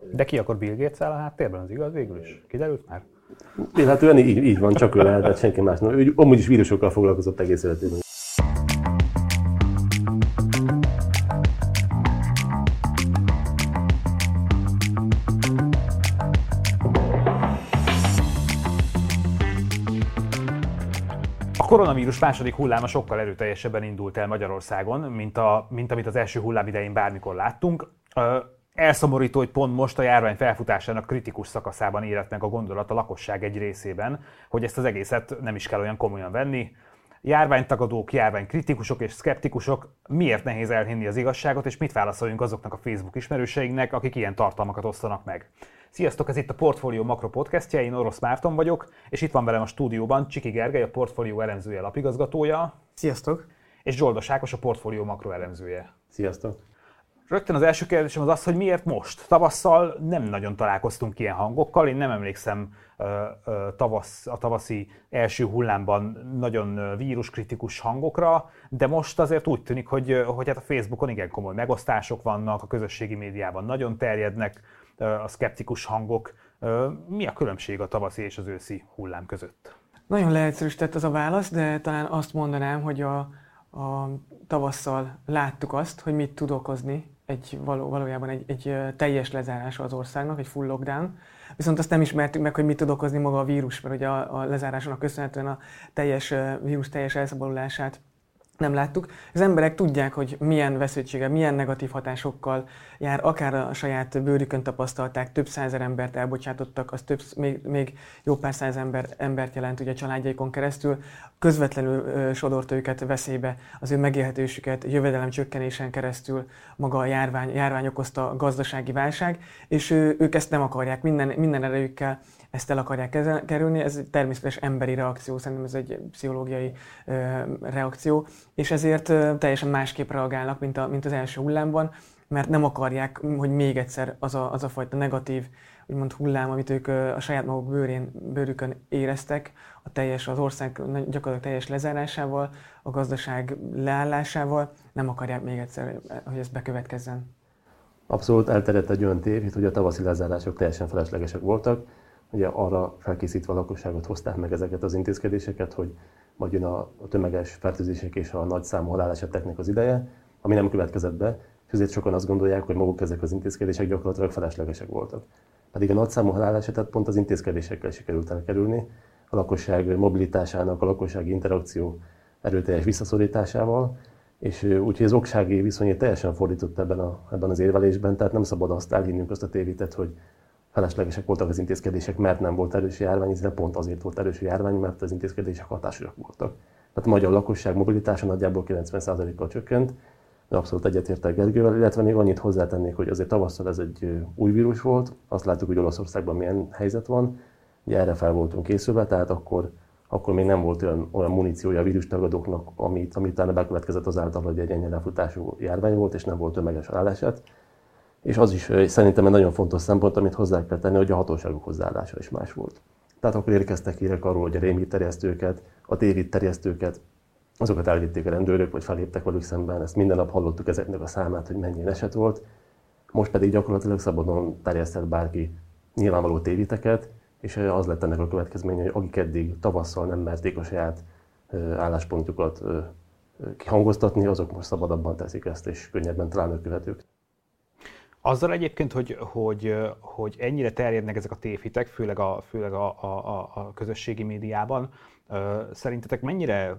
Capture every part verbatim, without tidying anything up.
De ki akkor Bill Gates áll a háttérben, az igaz végül is? Kiderült már? Élhetően így, így van, csak ő lehetett, senki más nem. Ő amúgy is vírusokkal foglalkozott egész életében. A koronavírus második hulláma sokkal erőteljesebben indult el Magyarországon, mint, a, mint amit az első hullám idején bármikor láttunk. Elszomorító, hogy pont most a járvány felfutásának kritikus szakaszában érett meg a gondolat a lakosság egy részében, hogy ezt az egészet nem is kell olyan komolyan venni. Járványtagadók, járványkritikusok és szkeptikusok, miért nehéz elhinni az igazságot, és mit válaszoljunk azoknak a Facebook ismerőseinknek, akik ilyen tartalmakat osztanak meg. Sziasztok, ez itt a Portfolio Makro podcastje, én Orosz Márton vagyok, és itt van velem a stúdióban Csiki Gergely, a Portfolio elemzője, lapigazgatója. Sziasztok! És Zsoldos Ákos, a Portfolio Makro elemzője. Sziasztok! Rögtön az első kérdésem az az, hogy miért most? Tavasszal nem nagyon találkoztunk ilyen hangokkal, én nem emlékszem tavasz, a tavaszi első hullámban nagyon víruskritikus hangokra, de most azért úgy tűnik, hogy, hogy hát a Facebookon igen komoly megosztások vannak, a közösségi médiában nagyon terjednek a szkeptikus hangok. Mi a különbség a tavaszi és az őszi hullám között? Nagyon leegyszerűsített az a válasz, de talán azt mondanám, hogy a, a tavasszal láttuk azt, hogy mit tud okozni egy, való, valójában egy, egy teljes lezárása az országnak, egy full lockdown. Viszont azt nem ismertük meg, hogy mit tud okozni maga a vírus, mert ugye a, a lezárásnak köszönhetően a teljes vírus teljes elszabadulását nem láttuk. Az emberek tudják, hogy milyen veszültsége, milyen negatív hatásokkal jár, akár a saját bőrükön tapasztalták, több százer embert elbocsátottak, az több, még, még jó pár száz ember, embert jelent ugye a családjaikon keresztül, közvetlenül ö, sodorta őket veszélybe, az ő megélhetésüket, jövedelem csökkenésen keresztül maga a járvány, járvány okozta a gazdasági válság, és ő, ők ezt nem akarják, minden, minden erejükkel ezt el akarják kerülni, ez egy természetes emberi reakció, szerintem ez egy pszichológiai ö, reakció, és ezért ö, teljesen másképp reagálnak, mint, a, mint az első hullámban, mert nem akarják, hogy még egyszer az a, az a fajta negatív úgymond hullám, amit ők ö, a saját maguk bőrén, bőrükön éreztek, a teljes, az ország gyakorlatilag teljes lezárásával, a gazdaság leállásával, nem akarják még egyszer, hogy ez bekövetkezzen. Abszolút elterjedt egy olyan tév, hogy a tavaszi lezárások teljesen feleslegesek voltak. Ugye arra felkészítve a lakosságot hozták meg ezeket az intézkedéseket, hogy majd jön a, a tömeges fertőzések és a nagy számú haláleseteknek az ideje, ami nem következett be, és ezért sokan azt gondolják, hogy maguk ezek az intézkedések gyakorlatilag feleslegesek voltak. Pedig a nagy számú halálesetet pont az intézkedésekkel sikerült elkerülni, a lakosság mobilitásának, a lakossági interakció erőteljes visszaszorításával, és úgyhogy az oksági viszonyét teljesen fordított ebben, a, ebben az érvelésben, tehát nem szabad azt elhinnünk, azt a tévítet, hogy feleslegesek voltak az intézkedések, mert nem volt erős járvány, de pont azért volt erős járvány, mert az intézkedések hatásosak voltak. Tehát a magyar lakosság mobilitása nagyjából kilencven százalékkal csökkent, de abszolút egyetértek Gergővel, illetve még annyit hozzátennék, hogy azért tavasszal ez egy új vírus volt, azt láttuk, hogy Olaszországban milyen helyzet van, ugye erre fel voltunk készülve, tehát akkor, akkor még nem volt olyan, olyan muníciója a vírustagadóknak, amit, amit utána bekövetkezett azáltal, hogy egy ennyi lefutású járvány volt, és nem volt tömeges haláleset. És az is szerintem egy nagyon fontos szempont, amit hozzá kell tenni, hogy a hatóságok hozzáállása is más volt. Tehát akkor érkeztek hírek arról, hogy a rémhír terjesztőket, a tévhír terjesztőket, azokat elvitték a rendőrök, vagy feléptek velük szemben, ezt minden nap hallottuk ezeknek a számát, hogy mennyi eset volt. Most pedig gyakorlatilag szabadon terjesztett bárki nyilvánvaló tévhiteket, és az lett ennek a következménye, hogy akik eddig tavasszal nem merték a saját álláspontjukat kihangoztatni, azok most szabadabban teszik ezt, és könnyebben találnak követők. Azzal egyébként, hogy, hogy, hogy ennyire terjednek ezek a tévhitek, főleg a, főleg a, a, a közösségi médiában, szerintetek mennyire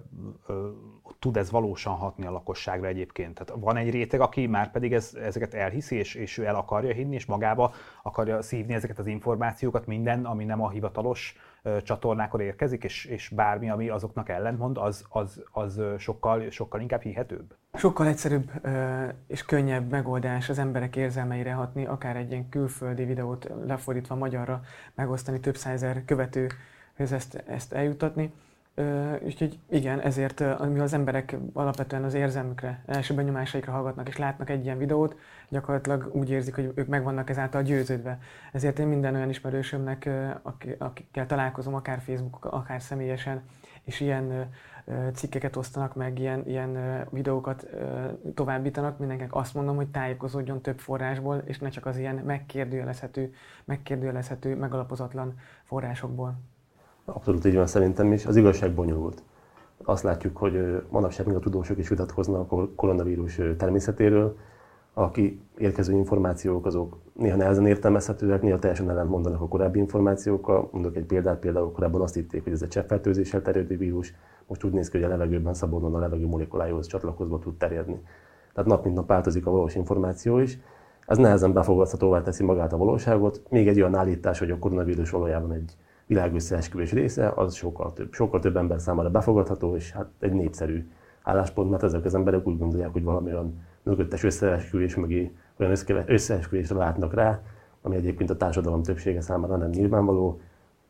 tud ez valósan hatni a lakosságra egyébként? Tehát van egy réteg, aki már pedig ez, ezeket elhiszi, és, és ő el akarja hinni, és magába akarja szívni ezeket az információkat, minden, ami nem a hivatalos csatornákon érkezik, és, és bármi, ami azoknak ellentmond, az, az, az sokkal, sokkal inkább hihetőbb? Sokkal egyszerűbb és könnyebb megoldás az emberek érzelmeire hatni, akár egy ilyen külföldi videót lefordítva magyarra megosztani, több százezer követőhöz ezt, ezt eljutatni. Úgyhogy igen, ezért ami az emberek alapvetően az érzelmükre, első benyomásaikra hallgatnak és látnak egy ilyen videót, gyakorlatilag úgy érzik, hogy ők meg vannak ezáltal győződve. Ezért én minden olyan ismerősömnek, akikkel találkozom, akár Facebookon, akár személyesen, és ilyen cikkeket osztanak meg, ilyen, ilyen videókat továbbítanak, mindenkinek azt mondom, hogy tájékozódjon több forrásból, és ne csak az ilyen megkérdőjelezhető, megkérdőjelezhető, megalapozatlan forrásokból. Abszolút így van szerintem is. Az igazság bonyolult. Azt látjuk, hogy manapság még a tudósok is vitatkoznak a koronavírus természetéről. Aki érkező információk azok néha nehezen értelmezhetőek, néha teljesen ellentmondanak a korábbi információkkal. Mondok egy példát, például korábban azt hitték, hogy ez egy cseppfertőzéssel terjedő vírus, most úgy néz ki, hogy a levegőben szabadon a levegő molekuláihoz csatlakozva tud terjedni. Tehát nap mint nap változik a valós információ is. Ez nehezen befogadhatóvá teszi magát a valóságot. Még egy olyan állítás, hogy a koronavírus valójában egy világösszeesküvés része, az sokkal több, sokkal több ember számára befogadható, és hát egy népszerű álláspont, mert ezek az emberek úgy gondolják, hogy valami olyan mögöttes összeesküvés mögé, olyan összeesküvésre látnak rá, ami egyébként a társadalom többsége számára nem nyilvánvaló.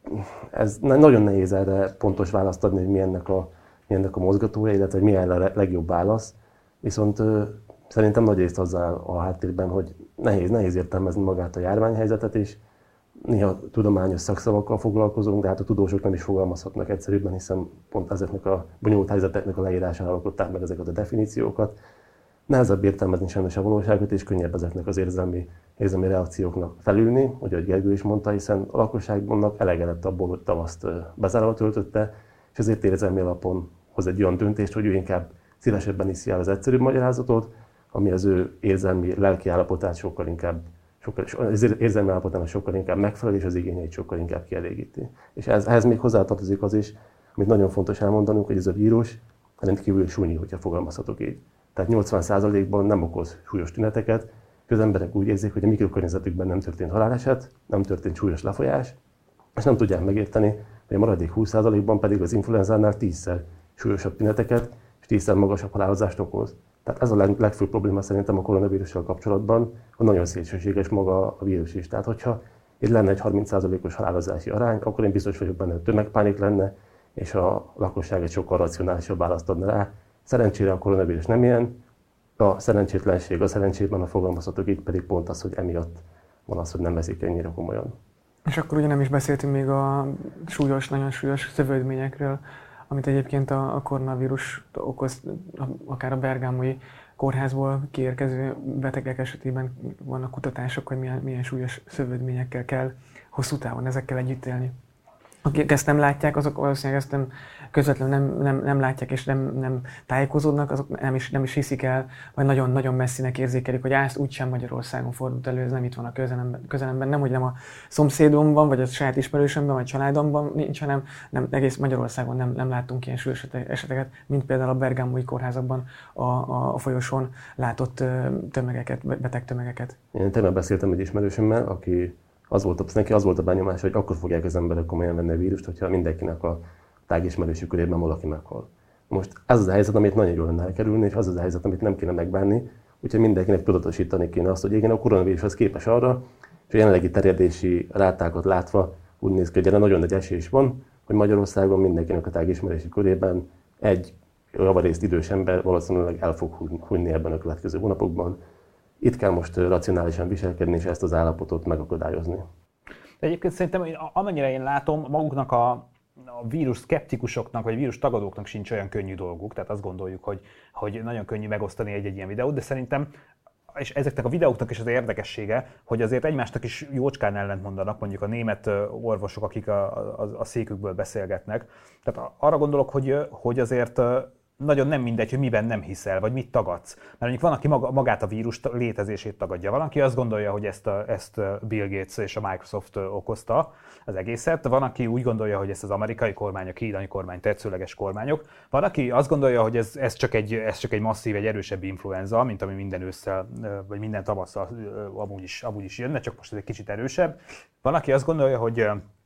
Ez nagyon nehéz erre pontos választ adni, hogy mi ennek a, mi ennek a mozgatója, illetve hogy mi erre a legjobb válasz. Viszont szerintem nagyrészt azzal a háttérben, hogy nehéz, nehéz értelmezni magát a járványhelyzetet is. Néha tudományos szakszavakkal foglalkozunk, de hát a tudósok nem is fogalmazhatnak egyszerűbben, hiszen pont ezeknek a bonyolult helyzeteknek a leírására alkották meg ezeket a definíciókat. Nehezebb értelmezni sajnos a valóságot, és könnyebb ezeknek az érzelmi, érzelmi reakcióknak felülni, hogy ahogy Gergő is mondta, hiszen a lakosságnak elege lett abból, hogy tavaszt bezárva töltötte, és ezért érzelmi alapon hoz egy olyan döntést, hogy ő inkább szívesebben iszi el az egyszerűbb magyarázatot, ami az ő érzelmi, lelki állapotát sokkal inkább Sokkal, az érzelmi állapotának sokkal inkább megfelel, és az igényeit sokkal inkább kielégíti. És ehhez, ehhez még hozzátartozik az is, amit nagyon fontos elmondanunk, hogy ez a vírus rendkívül súnyi, hogyha fogalmazhatok így. Tehát nyolcvan százalékban nem okoz súlyos tüneteket, és az emberek úgy érzik, hogy a mikrokörnyezetükben nem történt haláleset, nem történt súlyos lefolyás, és nem tudják megérteni, hogy a maradék húsz százalékban pedig az influenzánál tízszer súlyosabb tüneteket és tízszer magasabb halálozást okoz. Tehát ez a legfőbb probléma szerintem a koronavírussal kapcsolatban, hogy nagyon szélsőséges maga a vírus is. Tehát hogyha itt lenne egy harminc százalékos halálozási arány, akkor én biztos vagyok benne, hogy tömegpánik lenne, és a lakosság egy sokkal racionálisabb választ adna rá. Szerencsére a koronavírus nem ilyen, a szerencsétlenség, a szerencsében a fogalmazhatók így pedig pont az, hogy emiatt van az, hogy nem veszik ennyire komolyan. És akkor ugye nem is beszéltünk még a súlyos, nagyon súlyos szövődményekről, amit egyébként a, a koronavírus okoz, akár a bergámoi kórházból kiérkező betegek esetében vannak kutatások, hogy milyen, milyen súlyos szövődményekkel kell hosszú távon ezekkel együtt élni. Akik ezt nem látják, azok valószínűleg ezt nem közvetlenül nem, nem, nem látják és nem, nem tájékozódnak, azok nem is, nem is hiszik el, vagy nagyon-nagyon messzinek érzékelik, hogy ezt úgysem Magyarországon fordult elő, ez nem itt van a közelemben, közelemben, nem hogy nem a szomszédomban, vagy a saját ismerősömben, vagy családomban nincs, hanem nem, egész Magyarországon nem, nem láttunk ilyen súlyos eseteket, mint például a bergámoi kórházakban a, a, a folyosón látott tömegeket, beteg tömegeket. Én tegnap beszéltem egy ismerősömmel, aki Az volt, neki az volt a benyomás, hogy akkor fogják az emberek komolyan venni a vírust, hogyha mindenkinek a tágismerősű körében valaki meghal. Most ez az a helyzet, amit nagyon jól lenne elkerülni, és az az a helyzet, amit nem kéne megbánni, úgyhogy mindenkinek tudatosítani kéne azt, hogy igen, a koronavírus az képes arra, és a jelenlegi terjedési rátákat látva úgy néz ki, hogy erre nagyon nagy esély is van, hogy Magyarországon mindenkinek a tágismerősű körében egy javarészt idős ember valószínűleg el fog hunyni ebben a következő hónapokban. Itt kell most racionálisan viselkedni, és ezt az állapotot megakadályozni. De egyébként szerintem, amennyire én látom, maguknak a, a vírus szkeptikusoknak, vagy vírus tagadóknak sincs olyan könnyű dolguk, tehát azt gondoljuk, hogy, hogy nagyon könnyű megosztani egy-egy ilyen videót, de szerintem, és ezeknek a videóknak is az érdekessége, hogy azért egymásnak is jócskán ellentmondanak, mondjuk a német orvosok, akik a, a, a székükből beszélgetnek. Tehát arra gondolok, hogy, hogy azért nagyon nem mindegy, hogy miben nem hiszel, vagy mit tagadsz. Mert mondjuk van, aki maga, magát a vírus létezését tagadja. Van, aki azt gondolja, hogy ezt, a, ezt Bill Gates és a Microsoft okozta az egészet. Van, aki úgy gondolja, hogy ezt az amerikai kormány, a kínai kormány, tetszőleges kormányok. Van, aki azt gondolja, hogy ez, ez, csak egy, ez csak egy masszív, egy erősebb influenza, mint ami minden ősszel, vagy minden tavasszal amúgy is, amúgy is jönne, csak most ez egy kicsit erősebb. Van, aki azt gondolja, hogy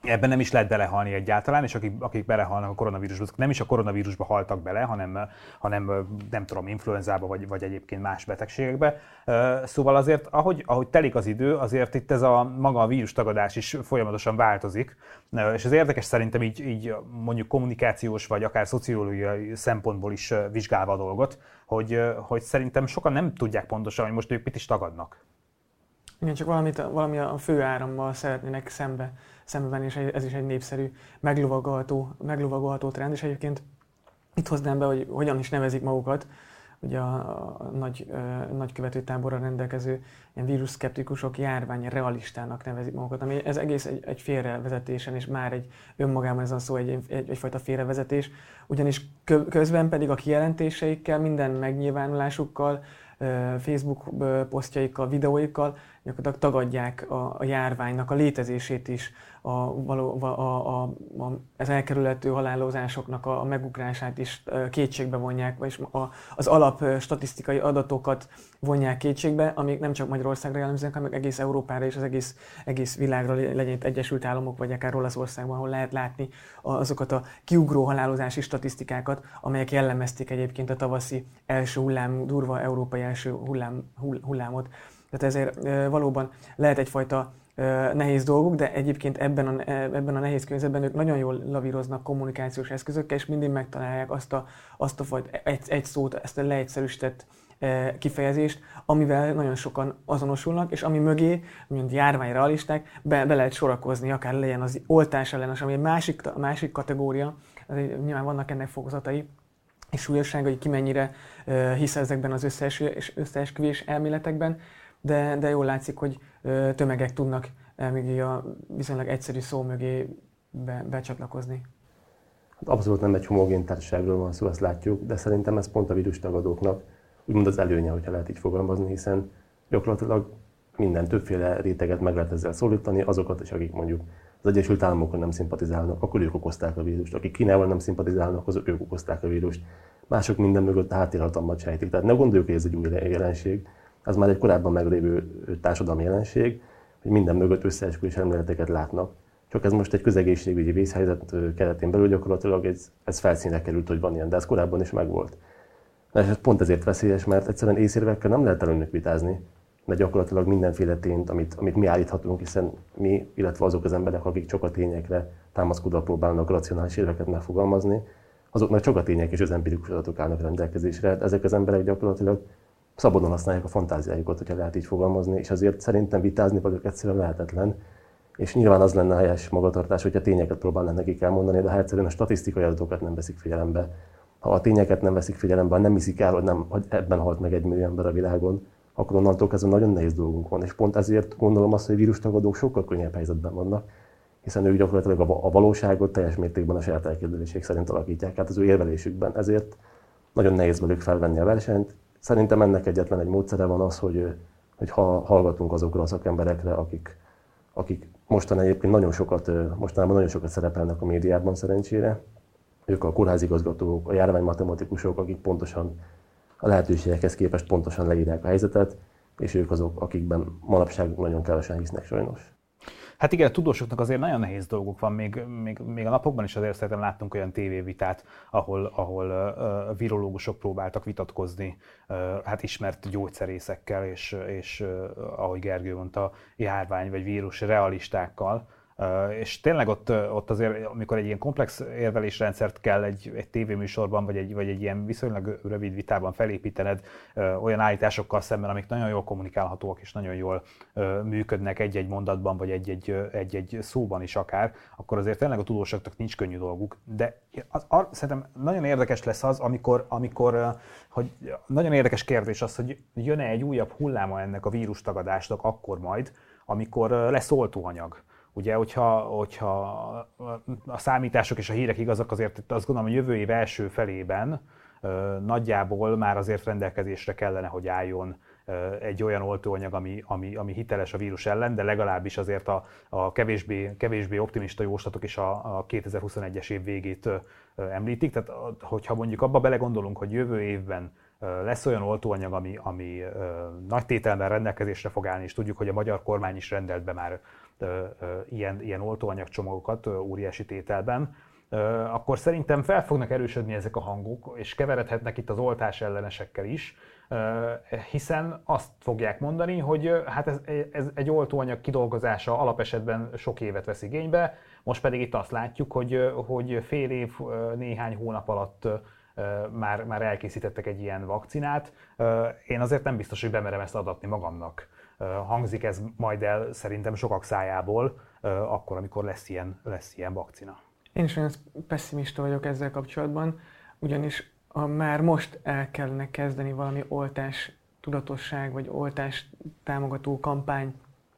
Ebben nem is lehet belehalni egyáltalán, és akik, akik belehalnak a koronavírusba, azok nem is a koronavírusba haltak bele, hanem, hanem nem tudom, influenzába vagy, vagy egyébként más betegségekbe. Szóval azért, ahogy, ahogy telik az idő, azért itt ez a maga a vírustagadás is folyamatosan változik, és ez érdekes szerintem így, így mondjuk kommunikációs vagy akár szociológiai szempontból is vizsgálva a dolgot, hogy, hogy szerintem sokan nem tudják pontosan, hogy most ők mit is tagadnak. Igen, csak valamit, valami a fő árammal szeretnének szembe, szembe venni, és ez is egy népszerű, meglovagolható, meglovagolható trend, és egyébként itt hoznám be, hogy hogyan is nevezik magukat, ugye a, a nagy, ö, nagy követőtáborral rendelkező ilyen vírusszkeptikusok járvány realistának nevezik magukat, ami ez egész egy, egy félrevezetésen, és már egy önmagában ez a szó egy, egy, egyfajta félrevezetés, ugyanis közben pedig a kijelentéseikkel, minden megnyilvánulásukkal, Facebook posztjaikkal, videóikkal gyakorlatilag tagadják a, a járványnak a létezését is, a, való, a, a, a, az elkerülhető halálozásoknak a, a megugrását is kétségbe vonják, vagyis a, az alap statisztikai adatokat vonják kétségbe, amik nem csak Magyarországra jellemzőek, hanem egész Európára és az egész, egész világra, legyen itt Egyesült Államok, vagy akár Olaszországban, ahol lehet látni azokat a kiugró halálozási statisztikákat, amelyek jellemezték egyébként a tavaszi első hullám, durva európai első hullám, hull, hullámot. Tehát ezért valóban lehet egyfajta nehéz dolgok, de egyébként ebben a, ebben a nehéz környezetben ők nagyon jól lavíroznak kommunikációs eszközökkel, és mindig megtalálják azt a, azt a fajta egy, egy szót, ezt a leegyszerűsített kifejezést, amivel nagyon sokan azonosulnak, és ami mögé, mint járványrealisták, be, be lehet sorakozni, akár legyen az oltás ellenes, ami egy másik, másik kategória, nyilván vannak ennek fokozatai, és súlyossága, hogy ki mennyire hisz ezekben az összeesküvés elméletekben, de, de jól látszik, hogy tömegek tudnak még a viszonylag egyszerű szó mögé be, becsatlakozni. Abszolút nem egy homogén társaságról van szó, azt látjuk, de szerintem ez pont a vírustagadóknak úgymond az előnye, hogyha lehet így fogalmazni, hiszen gyakorlatilag minden többféle réteget meg lehet ezzel szólítani, azokat is, akik mondjuk az Egyesült Államokkal nem szimpatizálnak, akkor ők okozták a vírust, akik Kínával nem szimpatizálnak, azok ők okozták a vírust. Mások minden mögött a háttérhatalmat sejtik. Tehát ne gondoljuk, hogy ez egy új jelenség, ez már egy korábban meglévő társadalmi jelenség, hogy minden mögött összeesküvés elméleteket látnak. Csak ez most egy közegészségügyi vészhelyzet keretén belül gyakorlatilag ez, ez felszínre került, hogy van ilyen, de ez korábban is megvolt. És ez pont ezért veszélyes, mert egyszerűen észérvekkel nem lehet előnök vitázni, de gyakorlatilag mindenféle tényt, amit, amit mi állíthatunk, hiszen mi, illetve azok az emberek, akik csak a tényekre támaszkodva próbálnak racionális érveket megfogalmazni, azoknak csak a tények és az empirikus adatok állnak rendelkezésre. Ezek az emberek gyakorlatilag szabadon használják a fantáziájukat, hogyha lehet így fogalmazni, és azért szerintem vitázni velük egyszerűen lehetetlen. És nyilván az lenne a helyes magatartás, hogyha tényeket próbálnak nekik elmondani, de ha egyszerűen a statisztikai adatokat nem veszik figyelembe, ha a tényeket nem veszik figyelembe, ha nem hiszik el, hogy, nem, hogy ebben halt meg egy millió ember a világon, akkor onnantól kezdve nagyon nehéz dolgunk van. És pont ezért gondolom azt, hogy a vírustagadók sokkal könnyebb helyzetben vannak, hiszen ők gyakorlatilag a valóságot teljes mértékben a saját elképzelések szerint alakítják át az ő érvelésükben. Ezért nagyon nehéz velük felvenni a versenyt. Szerintem ennek egyetlen egy módszere van az, hogy, hogy ha hallgatunk azokra a szakemberekre, akik, akik mostan egyébként nagyon sokat, mostanában nagyon sokat szerepelnek a médiában szerencsére. Ők a kórházigazgatók, a járványmatematikusok, akik pontosan a lehetőségekhez képest pontosan leírják a helyzetet, és ők azok, akikben manapság nagyon kevesen hisznek sajnos. Hát igen, a tudósoknak azért nagyon nehéz dolguk van, még, még, még a napokban is azért szerintem láttunk olyan tévévitát, ahol, ahol uh, virológusok próbáltak vitatkozni uh, hát ismert gyógyszerészekkel, és, és uh, ahogy Gergő mondta, járvány vagy vírus realistákkal. Uh, és tényleg ott, ott azért, amikor egy ilyen komplex érvelésrendszert kell egy, egy tévéműsorban, vagy egy, vagy egy ilyen viszonylag rövid vitában felépítened uh, olyan állításokkal szemben, amik nagyon jól kommunikálhatóak és nagyon jól uh, működnek egy-egy mondatban, vagy egy-egy, egy-egy szóban is akár, akkor azért tényleg a tudósoknak nincs könnyű dolguk. De az, az, szerintem nagyon érdekes lesz az, amikor, amikor uh, hogy nagyon érdekes kérdés az, hogy jön-e egy újabb hulláma ennek a vírustagadásnak akkor majd, amikor uh, lesz oltóanyag. Ugye, hogyha, hogyha a számítások és a hírek igazak, azért azt gondolom, hogy jövő év első felében ö, nagyjából már azért rendelkezésre kellene, hogy álljon ö, egy olyan oltóanyag, ami, ami, ami hiteles a vírus ellen, de legalábbis azért a, a kevésbé, kevésbé optimista jóslatok is a, a kétezer-huszonegyes év végét ö, említik. Tehát hogyha mondjuk abba belegondolunk, hogy jövő évben lesz olyan oltóanyag, ami, ami nagy tételben rendelkezésre fog állni, és tudjuk, hogy a magyar kormány is rendelt be már ilyen, ilyen oltóanyagcsomagokat óriási tételben, akkor szerintem fel fognak erősödni ezek a hangok, és keveredhetnek itt az oltás ellenesekkel is, hiszen azt fogják mondani, hogy hát ez, ez egy oltóanyag kidolgozása alapesetben sok évet vesz igénybe, most pedig itt azt látjuk, hogy, hogy fél év, néhány hónap alatt már, már elkészítettek egy ilyen vakcinát. Én azért nem biztos, hogy bemerem ezt adatni magamnak. Hangzik ez majd el szerintem sokak szájából, akkor, amikor lesz ilyen, lesz ilyen vakcina. Én is olyan pessimista vagyok ezzel kapcsolatban, ugyanis ha már most el kellene kezdeni valami oltás tudatosság vagy oltás támogató kampány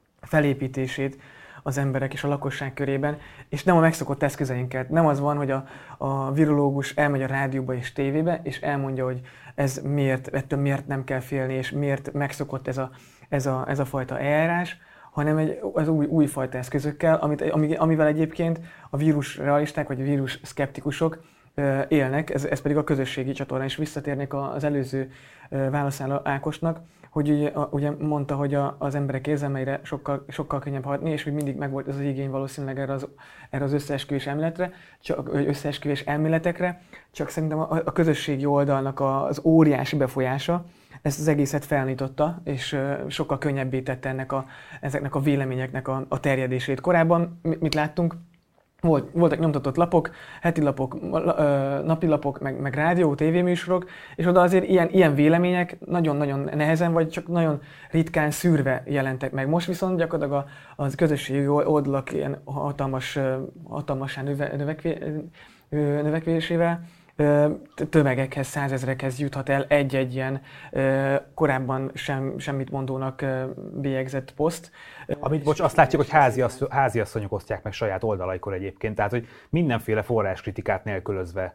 felépítését az emberek és a lakosság körében, és nem a megszokott eszközeinket. Nem az van, hogy a, a virológus elmegy a rádióba és tévébe, és elmondja, hogy ez miért, ettől miért nem kell félni, és miért megszokott ez a, ez a, ez a fajta eljárás, hanem egy, az új, újfajta eszközökkel, amit, amivel egyébként a vírus realisták vagy a vírus szkeptikusok élnek, ez, ez pedig a közösségi csatorna, és visszatérnék az előző válaszára Ákosnak, hogy ugye, ugye mondta, hogy a, az emberek érzelmeire sokkal, sokkal könnyebb hatni, és hogy mindig megvolt ez az igény valószínűleg erre az, erre az összeesküvés elméletre, csak, összeesküvés elméletekre, csak szerintem a, a közösségi oldalnak az óriási befolyása ezt az egészet felnyitotta, és sokkal könnyebbé tette ennek a, ezeknek a véleményeknek a, a terjedését. Korábban mit láttunk? Volt, voltak nyomtatott lapok, heti lapok, napi lapok, meg, meg rádió, tévéműsorok, és oda azért ilyen, ilyen vélemények nagyon-nagyon nehezen, vagy csak nagyon ritkán szűrve jelentek meg. Most viszont gyakorlatilag a, a közösségi oldalak ilyen hatalmas, hatalmasan növe, növekvé, növekvésével tömegekhez, százezrekhez juthat el egy-egy ilyen korábban sem, semmit mondónak bélyegzett poszt. Amit, bocs, azt látjuk, hogy házi, háziasszonyok osztják meg saját oldalaikon egyébként, tehát hogy mindenféle forráskritikát nélkülözve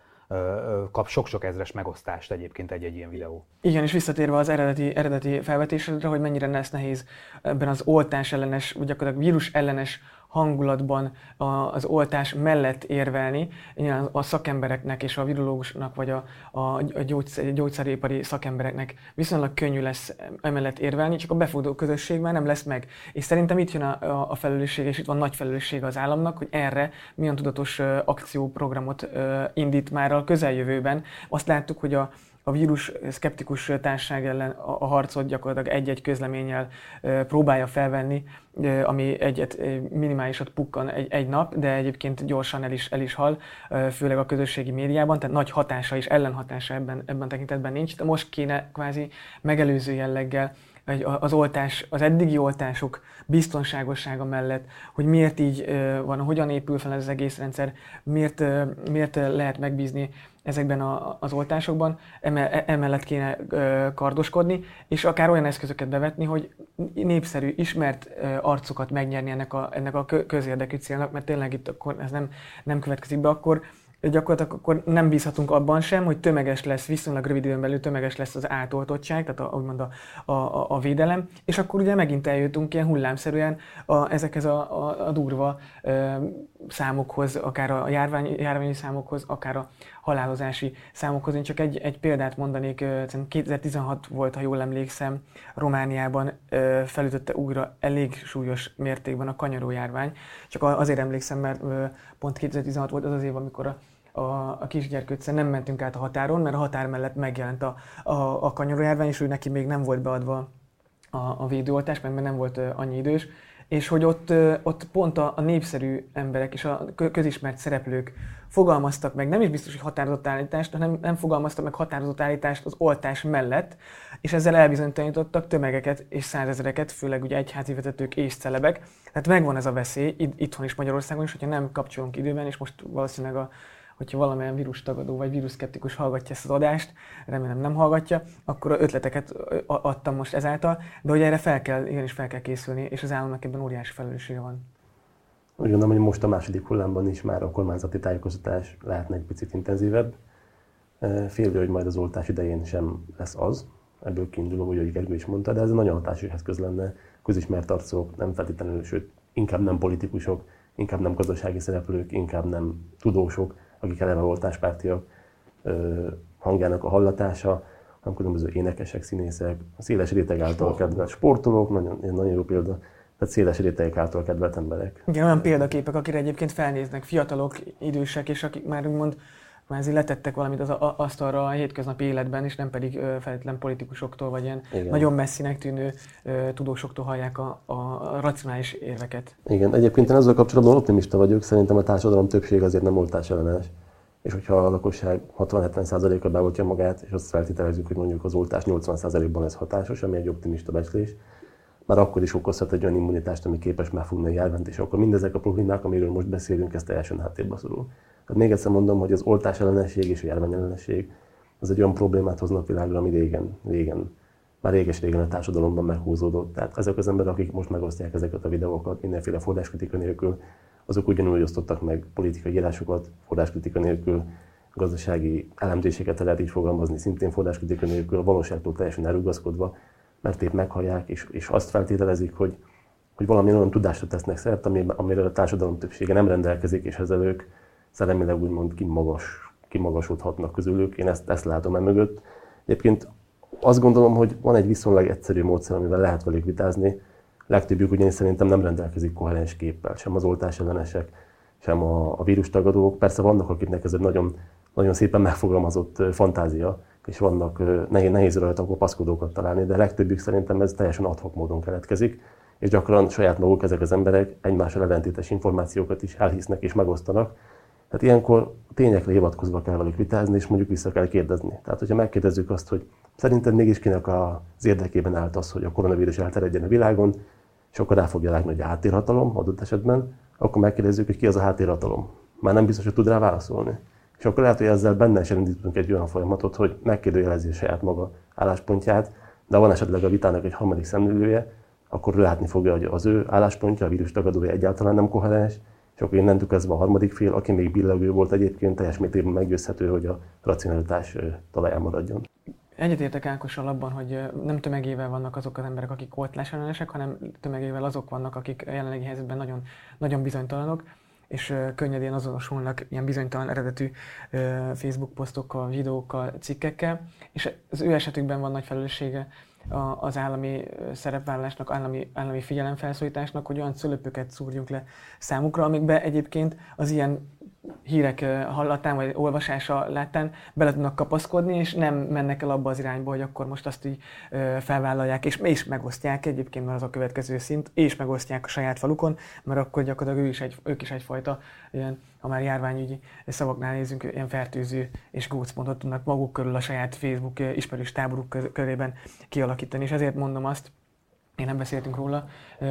kap sok-sok ezres megosztást egyébként egy-egy ilyen videó. Igen, és visszatérve az eredeti, eredeti felvetésre, hogy mennyire lesz nehéz ebben az oltás ellenes, vagy gyakorlatilag vírus ellenes hangulatban az oltás mellett érvelni. A szakembereknek és a virológusnak, vagy a, a gyógyszer, gyógyszeripari szakembereknek viszonylag könnyű lesz emellett érvelni, csak a befogadó közösség már nem lesz meg. És szerintem itt jön a, a felelősség, és itt van nagy felelőssége az államnak, hogy erre milyen tudatos akcióprogramot indít már a közeljövőben. Azt láttuk, hogy a A vírus szkeptikus társaság ellen a harcot gyakorlatilag egy-egy közleménnyel próbálja felvenni, ami egyet minimálisat pukkan egy, egy nap, de egyébként gyorsan el is, el is hal, főleg a közösségi médiában, tehát nagy hatása és ellenhatása ebben, ebben tekintetben nincs. De most kéne kvázi megelőző jelleggel az oltás, az eddigi oltások biztonságossága mellett, hogy miért így van, hogyan épül fel ez az egész rendszer, miért, miért lehet megbízni ezekben a, az oltásokban, emellett kéne kardoskodni, és akár olyan eszközöket bevetni, hogy népszerű, ismert arcokat megnyerni ennek a, ennek a közérdekű célnak, mert tényleg itt akkor ez nem, nem következik be, akkor gyakorlatilag akkor nem bízhatunk abban sem, hogy tömeges lesz, viszonylag rövid időn belül tömeges lesz az átoltottság, tehát a, úgymond a, a, a védelem, és akkor ugye megint eljutunk ilyen hullámszerűen a, ezekhez a, a, a durva ö, számokhoz, akár a járvány, járványi számokhoz, akár a halálozási számokhoz. Én csak egy, egy példát mondanék, kétezer-tizenhat volt, ha jól emlékszem, Romániában ö, felütötte újra elég súlyos mértékben a kanyarójárvány. Csak azért emlékszem, mert ö, pont kétezer-tizenhat volt az az év, amikor a a, a Kisgyerkőccen nem mentünk át a határon, mert a határ mellett megjelent a, a, a kanyarójárvány, és ő neki még nem volt beadva a, a védőoltás, mert nem volt annyi idős, és hogy ott, ott pont a, a népszerű emberek és a közismert szereplők fogalmaztak meg, nem is biztos, hogy határozott állítást, hanem nem fogalmaztak meg határozott állítást az oltás mellett, és ezzel elbizonytalanítottak tömegeket és százezreket, főleg ugye egyházi vezetők és celebek. Tehát megvan ez a veszély, itthon is Magyarországon is, hogyha nem kapcsolunk időben, és most valószínűleg a hogyha valamilyen vírustagadó vagy vírusszkeptikus hallgatja ezt az adást, remélem nem hallgatja, akkor ötleteket adtam most ezáltal, de hogy erre fel kell, igenis fel kell készülni, és az államnak ebben óriási felelőssége van. Úgy gondolom, hogy most a második hullámban is már a kormányzati tájékoztatás lehetne egy picit intenzívebb. Félő, hogy majd az oltás idején sem lesz az, ebből kiindulom, úgy, hogy Gergő is mondta, de ez egy nagyon hatásos eszköz lenne. Közismert arcok, nem feltétlenül, sőt, inkább nem politikusok, inkább nem gazdasági szereplők, inkább nem tudósok, akik eleve oltáspártiak hangjának a hallatása, hanem különböző énekesek, színészek, a széles réteg által kedvelt sportolók, nagyon, nagyon jó példa, tehát széles rétegek által kedvelt emberek. Igen, olyan példaképek, akire egyébként felnéznek, fiatalok, idősek, és akik már úgymond kvázi letettek valamit az asztalra a hétköznapi életben, és nem pedig feltétlen politikusoktól, vagy ilyen igen. nagyon messzinek tűnő tudósoktól hallják a, a racionális érveket. Igen, egyébként én ezzel kapcsolatban optimista vagyok, szerintem a társadalom többség azért nem oltásellenes. És hogyha a lakosság hatvan-hetven százaléka beoltja magát, és azt feltételezzük, hogy mondjuk az oltás nyolcvan százalékban lesz hatásos, ami egy optimista becslés, már akkor is okozhat egy olyan immunitást, ami képes megfogni a járványt, és akkor mindezek a problémák, amiről most beszélünk, ez teljesen háttérbe szorul. Tehát még egyszer mondom, hogy az oltás ellenesség és a járványellenesség az egy olyan problémát hoz napvilágra, ami régen, régen, már réges-régen a társadalomban meghúzódott. Tehát ezek az emberek, akik most megosztják ezeket a videókat mindenféle forráskritika nélkül, azok ugyanúgy osztottak meg politikai írásokat, forráskritika nélkül, gazdasági elemzéseket lehet így fogalmazni, szintén forráskritika nélkül, a valóságtól teljesen elrugaszkodva, mert épp meghallják, és, és azt feltételezik, hogy, hogy valami olyan tudásra tesznek szert, amiről a társadalom többsége nem rendelkezik, és ezzel ők szellemileg úgymond kimagas, kimagasodhatnak közülük. Én ezt, ezt látom emögött. Egyébként azt gondolom, hogy van egy viszonylag egyszerű módszer, amivel lehet velük vitázni. Legtöbbjük ugyanis szerintem nem rendelkezik koherens képpel, sem az oltás ellenesek, sem a, a vírustagadók. Persze vannak, akiknek ez egy nagyon, nagyon szépen megfogalmazott fantázia, és vannak nehéz, nehéz rajta kopaszkodókat találni, de legtöbbjük szerintem ez teljesen ad hoc módon keletkezik, és gyakran saját maguk ezek az emberek egymással ellentétes információkat is elhisznek és megosztanak. Tehát ilyenkor tényekre hivatkozva kell velük vitázni, és mondjuk vissza kell kérdezni. Tehát, hogyha megkérdezzük azt, hogy szerinted mégis kinek az érdekében állt az, hogy a koronavírus elterjedjen a világon, és akkor rá fogja látni, hogy a háttérhatalom adott esetben, akkor megkérdezzük, hogy ki az a háttérhatalom. Már nem biztos, hogy tud rá válaszolni. És akkor lehet, hogy ezzel benne is elindítunk egy olyan folyamatot, hogy megkérdőjelezi a saját maga álláspontját, de van esetleg a vitának egy harmadik szemlélője, akkor látni fogja, hogy az ő álláspontja, a vírus tagadója egyáltalán nem koherens, és akkor innentől kezdve a harmadik fél, aki még billegő volt egyébként, teljes mértékben meggyőzhető, hogy a racionalitás talaján maradjon. Egyetértek Ákossal abban, hogy nem tömegével vannak azok az emberek, akik oltás ellenesek, hanem tömegével azok vannak, akik a jelenlegi helyzetben nagyon, nagyon bizonytalanok, és könnyedén azonosulnak ilyen bizonytalan eredetű Facebook posztokkal, videókkal, cikkekkel, és az ő esetükben van nagy felelőssége az állami szerepvállalásnak, állami, állami figyelemfelszólításnak, hogy olyan szölöpöket szúrjunk le számukra, amikbe egyébként az ilyen hírek hallatán vagy olvasása láttán bele tudnak kapaszkodni, és nem mennek el abba az irányba, hogy akkor most azt így felvállalják, és, és megosztják egyébként, mert az a következő szint, és megosztják a saját falukon, mert akkor gyakorlatilag ő is egy, ők is egyfajta, ilyen, ha már járványügyi szavaknál nézünk, ilyen fertőző és gócpontot tudnak maguk körül a saját Facebook ismerős táboruk körében kialakítani, és ezért mondom azt, én nem beszéltünk róla,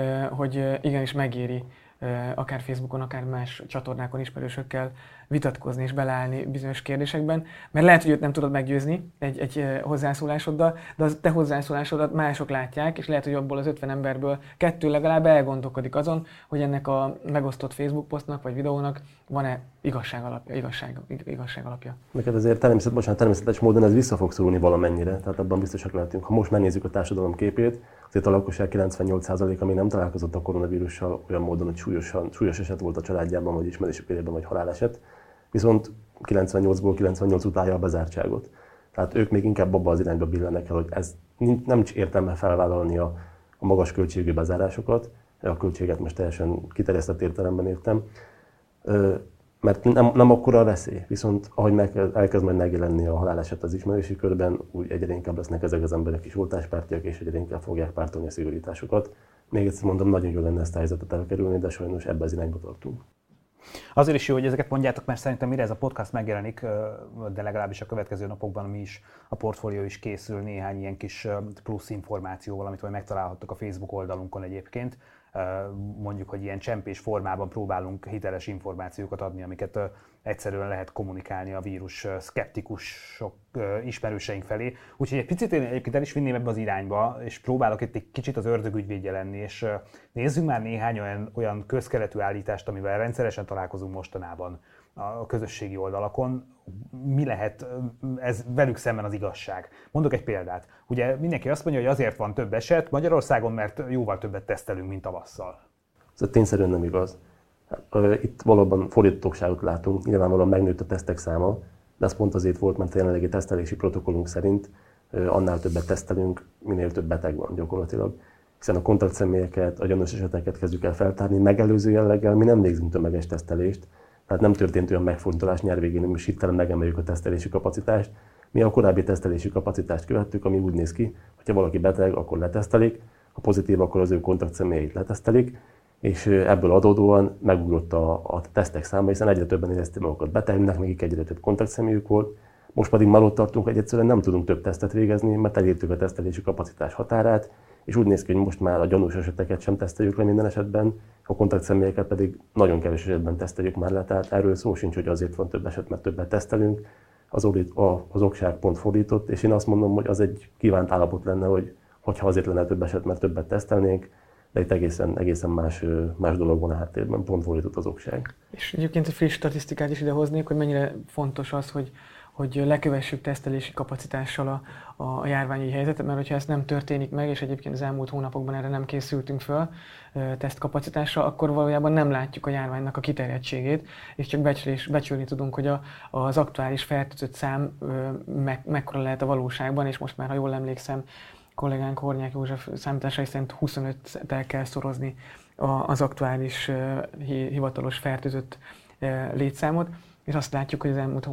hogy igenis megéri akár Facebookon, akár más csatornákon ismerősökkel vitatkozni és beleállni bizonyos kérdésekben, mert lehet, hogy őt nem tudod meggyőzni egy, egy hozzászólásoddal, de a te hozzászólásodat mások látják, és lehet, hogy abból az ötven emberből kettő legalább elgondolkodik azon, hogy ennek a megosztott Facebook posztnak vagy videónak van-e igazság alapja, igazság, igazság alapja. Neked azért természet, bocsánat, természetes módon ez vissza fog szorulni valamennyire, tehát abban biztosak lehetünk. Ha most megnézzük a társadalom képét, azért a lakosság kilencvennyolc százaléka még nem találkozott a koronavírussal olyan módon, hogy súlyosan, súlyos eset volt a családjában, vagy ismerősi körében, vagy haláleset. Viszont kilencvennyolcból kilencvennyolc utálja a bezártságot. Tehát ők még inkább abba az irányba billenek el, hogy ez nem is értelme felvállalni a, a magas költségű bezárásokat, a költséget most teljesen kiterjesztett értelemben értem, mert nem, nem akkora a veszély. Viszont ahogy meg, elkezd majd megjelenni a haláleset az ismerősi körben, úgy egyre inkább lesznek ezek az emberek is oltáspártiak, és egyre inkább fogják pártolni a szigorításokat. Még egyszer mondom, nagyon jó lenne ezt a helyzetet elkerülni, de sajnos ebbe az irányba tartunk. Azért is jó, hogy ezeket mondjátok, mert szerintem mire ez a podcast megjelenik, de legalábbis a következő napokban mi is, a portfólió is készül néhány ilyen kis plusz információval, amit majd megtalálhattok a Facebook oldalunkon egyébként. Mondjuk, hogy ilyen csempés formában próbálunk hiteles információkat adni, amiket egyszerűen lehet kommunikálni a vírus szkeptikusok ismerőseink felé. Úgyhogy egy picit én egyébként el is vinném ebbe az irányba, és próbálok itt egy kicsit az ördög ügyvédje lenni, és nézzünk már néhány olyan, olyan közkeletű állítást, amivel rendszeresen találkozunk mostanában a közösségi oldalakon. Mi lehet ez velük szemben az igazság? Mondok egy példát. Ugye mindenki azt mondja, hogy azért van több eset Magyarországon, mert jóval többet tesztelünk, mint tavasszal. Ez tényszerűen nem igaz. Itt valóban fordítottságot látunk, nyilvánvalóan megnőtt a tesztek száma, de ez pont azért volt, mert a jelenlegi tesztelési protokollunk szerint annál többet tesztelünk, minél több beteg van gyakorlatilag. Hiszen a kontaktszemélyeket, a gyanús eseteket kezdjük el feltárni, megelőző jelleggel mi nem végzünk tömeges tesztelést, tehát nem történt olyan megfontolás nyár végén, hogy most hirtelen megemeljük a tesztelési kapacitást. Mi a korábbi tesztelési kapacitást követtük, ami úgy néz ki, hogyha valaki beteg, akkor letesztelik, ha pozitív, akkor az ő kontaktszemélyeit letesztelik, és ebből adódóan megugrott a, a tesztek száma, hiszen egyre többen érezték magukat betegnek, nekik egyre több kontaktszemélyük volt. Most pedig már ott tartunk, hogy egyszerűen nem tudunk több tesztet végezni, mert elértük a tesztelési kapacitás határát, és úgy néz ki, hogy most már a gyanús eseteket sem teszteljük le minden esetben, a kontaktszemélyeket pedig nagyon kevés esetben teszteljük már le, tehát erről szó sincs, hogy azért van több eset, mert többet tesztelünk. Az, az okság pont fordított, és én azt mondom, hogy az egy kívánt állapot lenne, hogy hogyha azért lenne több eset, mert többet tesztelnénk, de itt egészen, egészen más, más dolog van a háttérben, pont fordított az okság. És egyébként egy friss statisztikát is idehoznék, hogy mennyire fontos az, hogy hogy lekövessük tesztelési kapacitással a, a járványi helyzetet, mert hogyha ez nem történik meg, és egyébként az elmúlt hónapokban erre nem készültünk föl tesztkapacitással, akkor valójában nem látjuk a járványnak a kiterjedtségét, és csak becslés, becsülni tudunk, hogy a, az aktuális fertőzött szám me, mekkora lehet a valóságban, és most már, ha jól emlékszem, kollégánk Hornyák József számításai szerint huszonöttel kell szorozni az aktuális hivatalos fertőzött létszámot. És azt látjuk, hogy az elmúlt,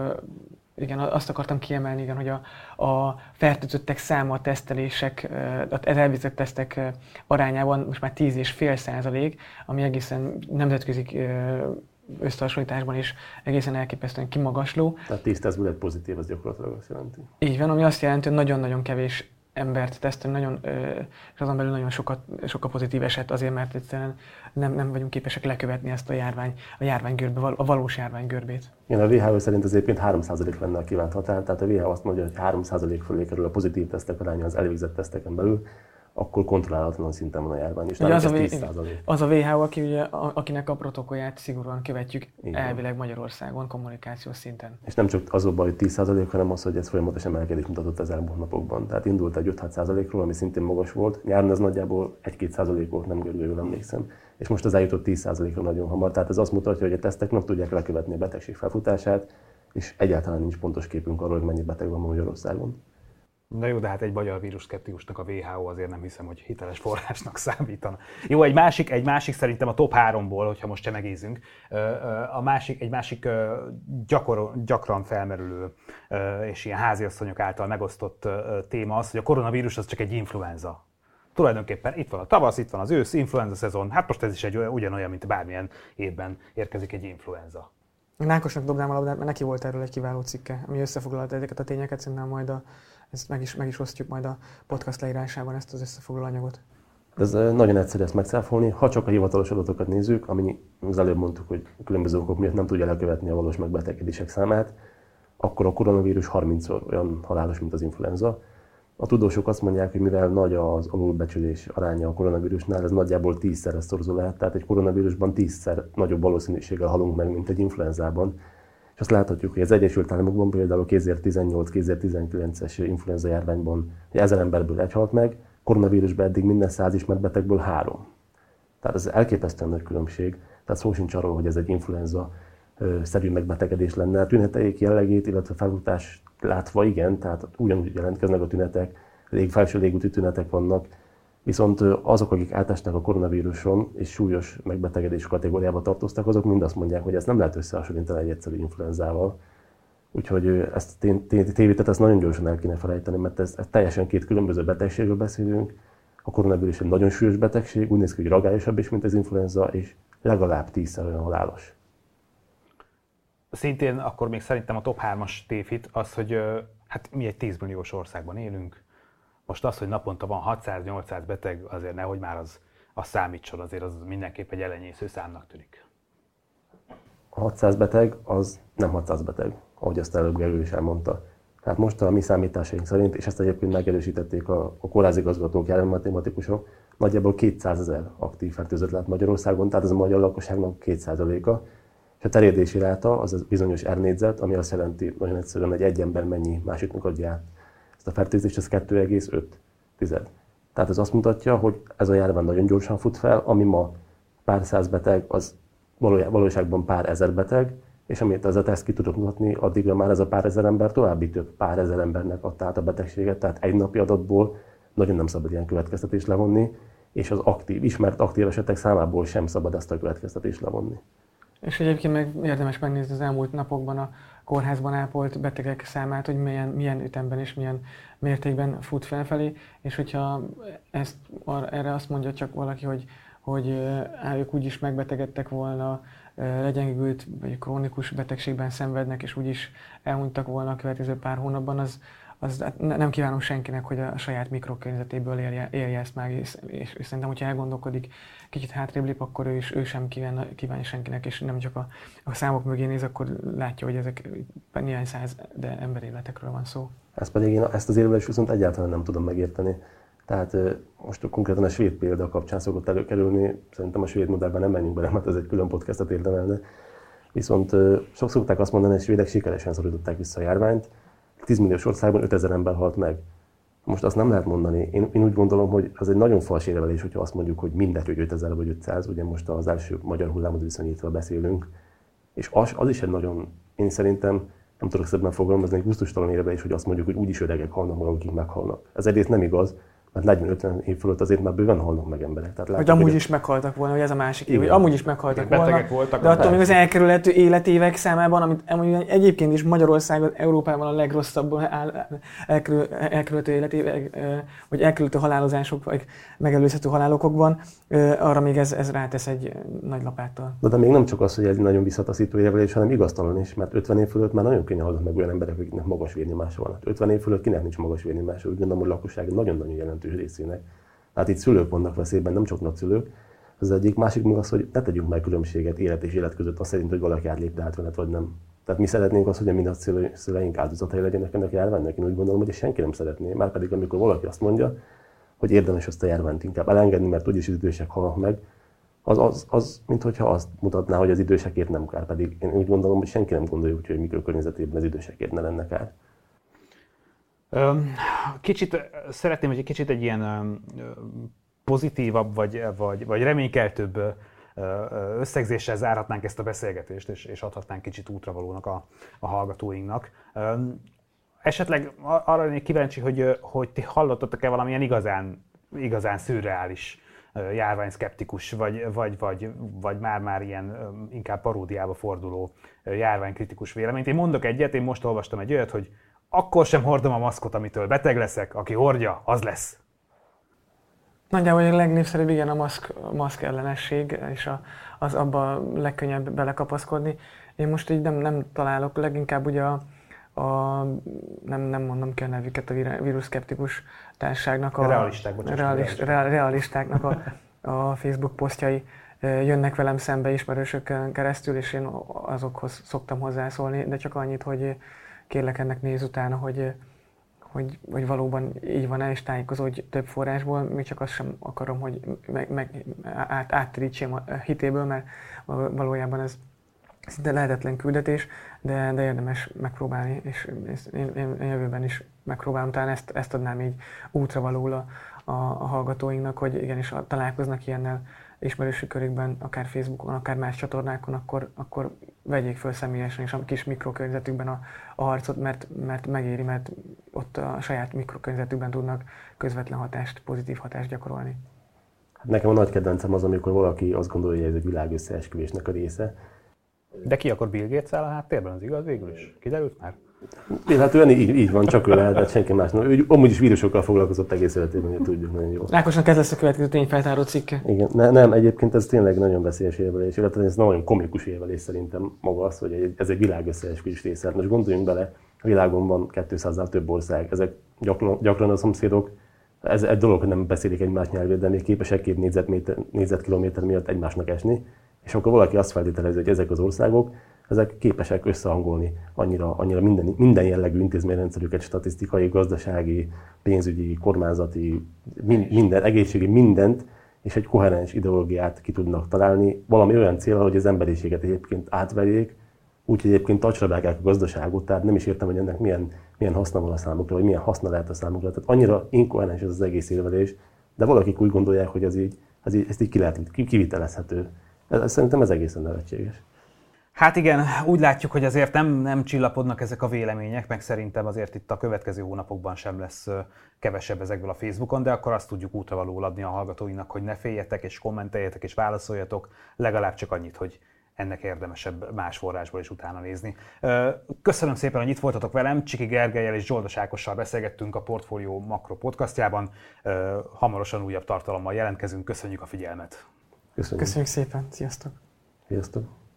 igen, azt akartam kiemelni, igen, hogy a, a fertőzöttek száma a tesztelések, az elvégzett tesztek arányában most már tíz egész öt százalék, ami egészen nemzetközi összehasonlításban is egészen elképesztően kimagasló. Tehát tíz tesztből egy pozitív, az gyakorlatilag azt jelenti. Így van, ami azt jelenti, hogy nagyon-nagyon kevés embert tesztelni, nagyon, és azon belül nagyon sokat, sok a pozitív eset azért, mert egyszerűen nem, nem vagyunk képesek lekövetni ezt a járvány, a járványgörbe, a valós járványgörbét. Igen, a vé há o szerint az egyébként három százalék lenne a kívánt határ, tehát a vé há o azt mondja, hogy három százalék fölé kerül a pozitív tesztek aránya az elvégzett teszteken belül, akkor kontrollálatlan szinten van a járvány, és az, tíz százalék. Az a vé há o, aki ugye, akinek a protokollját szigorúan követjük, igen, elvileg Magyarországon kommunikációs szinten. És nem csak az a baj, hogy tíz százalék, hanem az, hogy ez folyamatos emelkedés mutatott az elmúlt napokban. Tehát indult egy öt-hat százalékról, ami szintén magas volt. Nyáron ez nagyjából egy-két százalék volt, nem görgőjül emlékszem. És most az eljutott tíz százalékra nagyon hamar. Tehát ez azt mutatja, hogy a tesztek nem tudják lekövetni a betegség felfutását, és egyáltalán nincs pontos képünk arról, hogy mennyi beteg van Magyarországon. Na jó, de hát egy magyar vírusszkeptikusnak a vé há o azért nem hiszem, hogy hiteles forrásnak számítana. Jó, egy másik, egy másik szerintem a top háromból, hogyha most csemegézünk, a másik, egy másik gyakor, gyakran felmerülő és ilyen háziasszonyok által megosztott téma az, hogy a koronavírus az csak egy influenza. Tulajdonképpen itt van a tavasz, itt van az ősz, influenza szezon, hát most ez is egy ugyanolyan, mint bármilyen évben érkezik egy influenza. Nákosnak dobnám a labdát, mert neki volt erről egy kiváló cikke, ami összefoglalta ezeket a tényeket, szerintem majd a, ezt meg is, meg is osztjuk majd a podcast leírásában ezt az összefoglaló anyagot. Ez nagyon egyszerű ezt megcáfolni, ha csak a hivatalos adatokat nézzük, ami az előbb mondtuk, hogy különböző okok miatt nem tudja lekövetni a valós megbetegedések számát, akkor a koronavírus harmincszor olyan halálos, mint az influenza. A tudósok azt mondják, hogy mivel nagy az alulbecsülés aránya a koronavírusnál, ez nagyjából tízszeres szorzó lehet, tehát egy koronavírusban tízszer nagyobb valószínűséggel halunk meg, mint egy influenzában. És azt láthatjuk, hogy az Egyesült Államokban például a kétezer-tizennyolc-kétezer-tizenkilences influenza járványban ezer emberből egy halt meg, koronavírusban eddig minden száz ismert betegből három. Tehát ez elképesztően nagy különbség, tehát szó sincs arról, hogy ez egy influenza-szerű megbetegedés lenne. A tüneteik jellegét, illetve felfutást látva igen, tehát ugyanúgy jelentkeznek a tünetek, lég, felső légúti tünetek vannak, viszont azok, akik átestek a koronavíruson és súlyos megbetegedés kategóriába tartoztak, azok mind azt mondják, hogy ezt nem lehet összehasonlítani egy egyszerű influenzával. Úgyhogy ezt tévítet ezt nagyon gyorsan el kéne felejteni, mert ez, ez teljesen két különböző betegségről beszélünk. A koronavírus egy nagyon súlyos betegség, úgy néz ki, hogy ragályosabb is, mint az influenza, és legalább tízszer olyan halálos. Szintén akkor még szerintem a top hármas tévhit az, hogy hát mi egy tíz milliós országban élünk. Most az, hogy naponta van hatszáz-nyolcszáz beteg, azért nehogy már az, az számítson, azért az mindenképp egy elenyésző számnak tűnik. A hatszáz beteg az nem hatszáz beteg, ahogy azt előbb Gergő is elmondta. Tehát most a mi számításaink szerint, és ezt egyébként megerősítették a, a kórházigazgatók, járványmatematikusok, nagyjából kétszázezer aktív fertőzött lett Magyarországon, tehát ez a magyar lakosságnak két százaléka. És a terjedési ráta az a bizonyos R négyzet, ami azt jelenti nagyon egyszerűen, hogy egy ember mennyi másiknak adja át ezt a fertőzést, ez kettő egész öt tized. Tehát ez azt mutatja, hogy ez a járvány nagyon gyorsan fut fel, ami ma pár száz beteg, az valójában pár ezer beteg, és amit ez a teszt ki tudott mutatni, addigra már ez a pár ezer ember további több pár ezer embernek adta át a betegséget, tehát egy napi adatból nagyon nem szabad ilyen következtetést levonni, és az aktív, ismert aktív esetek számából sem szabad ezt a következtetést levonni. És egyébként meg érdemes megnézni az elmúlt napokban a kórházban ápolt betegek számát, hogy milyen, milyen ütemben és milyen mértékben fut felfelé, és hogyha ezt, erre azt mondja csak valaki, hogy, hogy á, ők úgyis megbetegedtek volna, legyengült vagy krónikus betegségben szenvednek, és úgyis elhunytak volna a következő pár hónapban, az, az nem kívánom senkinek, hogy a saját mikrokörnyezetéből élje, élje ezt meg, és, és, és szerintem, hogyha elgondolkodik, kicsit hátrébb lép, akkor ő, is, ő sem kíván, kívánja senkinek, és nem csak a, a számok mögé néz, akkor látja, hogy ezek néhány száz, de emberéletekről van szó. Ezt pedig én ezt az érvelést viszont egyáltalán nem tudom megérteni. Tehát most konkrétan a svéd példa kapcsán szokott előkerülni, szerintem a svéd modellben nem menjünk bele, mert ez egy külön podcastot érdemelne. Viszont sok szokták azt mondani, hogy a svédek sikeresen szorították vissza a járványt, tíz milliós országban ötezer ember halt meg. Most azt nem lehet mondani. Én, én úgy gondolom, hogy az egy nagyon fals érvelés, hogyha azt mondjuk, hogy mindegy, hogy ötezer vagy ötszáz, ugye most az első magyar hullámot viszonyítva beszélünk. És az, az is egy nagyon, én szerintem, nem tudok szebben fogalmazni, egy gusztustalan érvelés, hogy azt mondjuk, hogy úgyis öregek halnak meg, akik meghalnak. Ez egyrészt nem igaz, mert negyven-ötven év fölött azért már bőven halnak meg emberek. Tehát hogy amúgy is meghaltak volna, hogy ez a másik év, hogy amúgy is meghaltak igen, volna, voltak, de attól még az elkerülhető életévek számában, amit egyébként is Magyarország Európában a legrosszabb elkerül, elkerülhető életévek, vagy elkerülhető halálozások, vagy megelőzhető halálokokban, arra még ez, ez rátesz egy nagy lapáttal. De, de még nem csak az, hogy egy nagyon visszataszító érvelés, hanem igaztalan is, mert ötven év fölött már nagyon könnyen halnak meg olyan emberek, akiknek magas vérnyomása van. ötven év fölött kinek nincs magas vérnyomása, úgy gondolom, hogy a lakosság nagyon-nagyon jelentős részének. Tehát itt szülők vannak veszélyben, nem csak nagyszülők. Az egyik, másik meg az, hogy ne tegyünk meg különbséget élet és élet között azt szerint, hogy valaki átlépte átmenet vagy nem. Tehát mi szeretnénk azt, hogy a mi nagyszüleink áldozatai legyenek ennek a járványnak. Én úgy gondolom, hogy senki nem szeretné. Márpedig amikor valaki azt mondja, hogy érdemes azt a járványt inkább elengedni, mert úgyis az idősek halnak meg, az, az, az minthogyha azt mutatná, hogy az idősekért nem kár. Pedig én úgy gondolom, hogy senki nem gondolja úgy, hogy mikrokörnyezetében az idősekért ne lenne kár. Kicsit szeretném, hogy egy kicsit egy ilyen pozitívabb vagy, vagy, vagy reménykeltőbb összegzéssel zárhatnánk ezt a beszélgetést, és, és adhatnánk kicsit útravalónak a, a hallgatóinknak. Esetleg arra lennék kíváncsi, hogy, hogy ti hallottatok-e valamilyen igazán, igazán szürreális járványszkeptikus, vagy, vagy, vagy, vagy már-már ilyen inkább paródiába forduló járványkritikus véleményt. Én mondok egyet, én most olvastam egy olyat, hogy akkor sem hordom a maszkot, amitől beteg leszek, aki hordja, az lesz. Nagyjából a legnépszerűbb igen a maszk, a maszk ellenesség, és a, az abba legkönnyebb belekapaszkodni. Én most így nem, nem találok, leginkább ugye a, a nem, nem mondom ki a nevüket a vírusszkeptikus társaságnak, a realisták, bocsánat, realist, realisták. realistáknak a, a Facebook posztjai jönnek velem szembe ismerősökön keresztül, és én azokhoz szoktam hozzászólni, de csak annyit, hogy kérlek ennek néz utána, hogy, hogy, hogy valóban így van-e, és tájékozódj több forrásból, még csak azt sem akarom, hogy meg, meg, át, átterítsém a hitéből, mert valójában ez szinte lehetetlen küldetés, de, de érdemes megpróbálni, és én, én, én jövőben is megpróbálom, talán ezt, ezt adnám így útravalóul a, a, a hallgatóinknak, hogy igenis találkoznak ilyennel ismerősi körükben, akár Facebookon, akár más csatornákon, akkor, akkor vegyék föl személyesen és a kis mikrokörnyezetükben a, a harcot, mert, mert megéri, mert ott a saját mikrokörnyezetükben tudnak közvetlen hatást, pozitív hatást gyakorolni. Nekem a nagy kedvencem az, amikor valaki azt gondolja, hogy ez egy világösszeesküvésnek a része. De ki akkor Bill Gates áll a háttérben, az igaz végül is? Kiderült már? Véletlenül így, így van, csak ő lehetett, senki más nem. Ő amúgy is vírusokkal foglalkozott egész életében, hogy tudjuk nagyon jól. Rákosnak ez lesz a következő tényfeltáró cikke. Igen, ne, nem, egyébként ez tényleg nagyon veszélyes érvelés, illetve ez nagyon komikus érvelés szerintem maga az, hogy ez egy világösszeesküvés része. Most gondoljunk bele, a világon van kétszáznál több ország, ezek gyakran, gyakran a szomszédok, ez egy dolog, hogy nem beszélik egymás nyelvét, de még képesek két négyzetméter, négyzetkilométer miatt egymásnak esni. És akkor valaki azt feltételezi, hogy ezek az országok, ezek képesek összehangolni annyira, annyira minden, minden jellegű intézményrendszerüket, statisztikai, gazdasági, pénzügyi, kormányzati, minden, egészségi, mindent, és egy koherens ideológiát ki tudnak találni, valami olyan célra, hogy az emberiséget egyébként átverjék, úgyhogy egyébként tacsra vágják a gazdaságot, tehát nem is értem, hogy ennek milyen, milyen haszna van a számukra, vagy milyen haszna lehet a számukra. Tehát annyira inkoherens ez az egész érvelés, de valakik úgy gondolják, hogy ez így, ez így, ezt így ki lehet, kivitelezhető. Ez, szerintem ez egészen nevetséges. Hát igen, úgy látjuk, hogy azért nem, nem csillapodnak ezek a vélemények, meg szerintem azért itt a következő hónapokban sem lesz kevesebb ezekből a Facebookon, de akkor azt tudjuk útravalóul adni a hallgatóinak, hogy ne féljetek és kommenteljetek és válaszoljatok, legalább csak annyit, hogy ennek érdemesebb más forrásból is utána nézni. Köszönöm szépen, hogy itt voltatok velem, Csiki Gergellyel és Zsoldos Ákossal beszélgettünk a Portfolio Makro podcastjában. Hamarosan újabb tartalommal jelentkezünk, köszönjük a figyelmet! Köszönjük, Köszönjük szépen, sziasztok! Sziasztok!